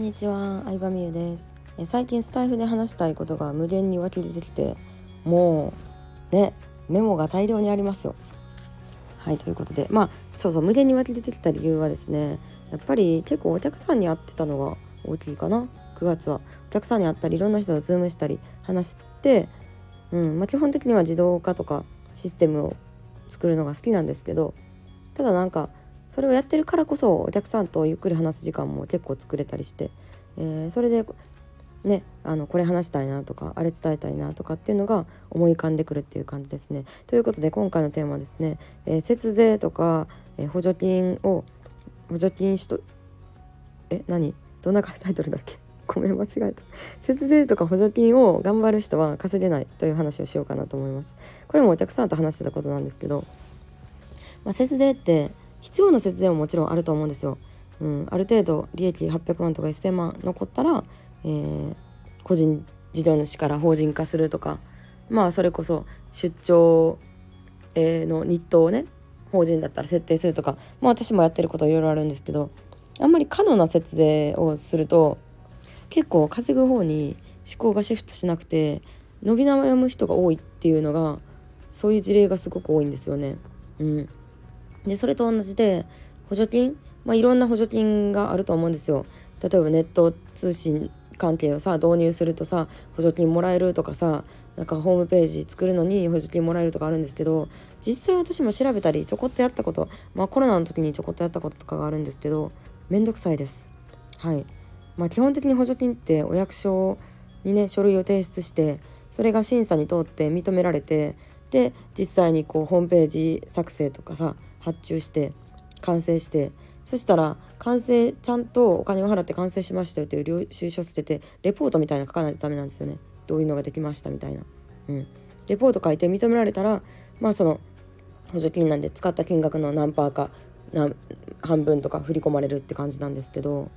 にちは、相葉美優です。最近スタイフで話したいことが無限に湧き出てきて、もうね、メモが大量にありますよ。はい、ということで、無限に湧き出てきた理由はですね、やっぱり結構お客さんに会ってたのが大きいかな。9月はお客さんに会ったり、いろんな人とズームしたり話して、基本的には自動化とかシステムを作るのが好きなんですけど、ただそれをやってるからこそお客さんとゆっくり話す時間も結構作れたりして、それでね、これ話したいなとかあれ伝えたいなとかっていうのが思い浮かんでくるっていう感じですね。ということで今回のテーマはですね、節税とか、補助金しとどんなタイトルだっけごめん間違えた。節税とか補助金を頑張る人は稼げないという話をしようかなと思います。これもお客さんと話してたことなんですけど、節税って必要な節税ももちろんあると思うんですよ。ある程度利益800万とか1000万残ったら、個人事業主から法人化するとか、それこそ出張、の日当をね、法人だったら設定するとか、私もやってることいろいろあるんですけど、あんまり過度な節税をすると結構稼ぐ方に思考がシフトしなくて伸び悩む人が多いっていうのが、そういう事例がすごく多いんですよね。でそれと同じで補助金、いろんな補助金があると思うんですよ。例えばネット通信関係を導入すると補助金もらえるとかホームページ作るのに補助金もらえるとかあるんですけど、実際私も調べたりちょこっとやったこと、コロナの時にちょこっとやったこととかがあるんですけど、めんどくさいです。はい。基本的に補助金ってお役所にね書類を提出して、それが審査に通って認められて、で実際にホームページ作成とか発注して完成して、そしたら完成ちゃんとお金を払って完成しましたよという領収書を捨ててレポートみたいなの書かないとダメなんですよね。どういうのができましたみたいな、レポート書いて認められたら、その補助金なんで使った金額の何パーか半分とか振り込まれるって感じなんですけど、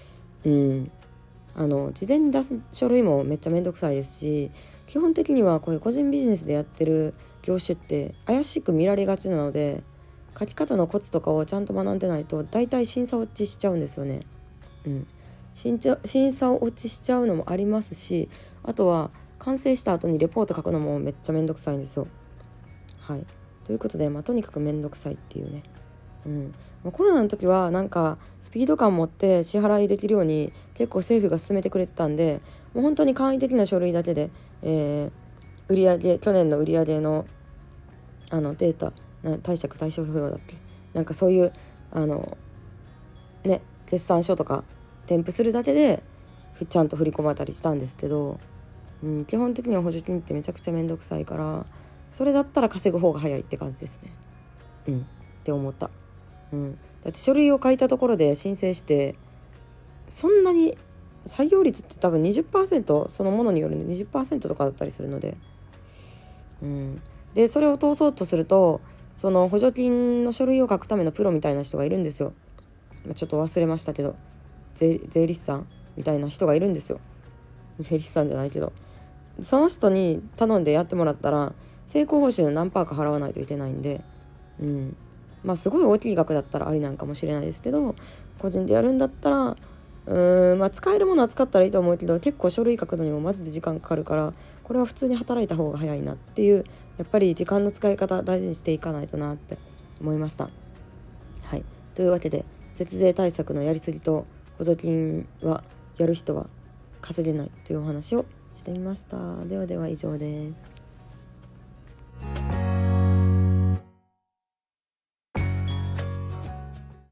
事前に出す書類もめっちゃめんどくさいですし、基本的にはこういう個人ビジネスでやってる業種って怪しく見られがちなので、書き方のコツとかをちゃんと学んでないと大体審査落ちしちゃうんですよね。審査落ちしちゃうのもありますし、あとは完成した後にレポート書くのもめっちゃめんどくさいんですよ。はい。ということで、とにかくめんどくさいっていうね。コロナの時はスピード感持って支払いできるように結構政府が進めてくれてたんで、もう本当に簡易的な書類だけで、去年の売上のデータ、貸借対照表だっけ、そういう決算書とか添付するだけでちゃんと振り込まれたりしたんですけど、基本的には補助金ってめちゃくちゃめんどくさいから、それだったら稼ぐ方が早いって感じですね。って思った。だって書類を書いたところで申請して、そんなに採用率って多分 20% そのものによるんで 20% とかだったりするので、でそれを通そうとすると、その補助金の書類を書くためのプロみたいな人がいるんですよ。ちょっと忘れましたけど、税理士さんみたいな人がいるんですよ。税理士さんじゃないけど、その人に頼んでやってもらったら成功報酬の何パーか払わないといけないんで、すごい大きい額だったらありなんかもしれないですけど、個人でやるんだったら使えるものは使ったらいいと思うけど、結構書類書くのにもマジで時間かかるから、これは普通に働いた方が早いなっていう、やっぱり時間の使い方大事にしていかないとなって思いました。はい。というわけで、節税対策のやりすぎと補助金はやる人は稼げないというお話をしてみました。ではでは以上です。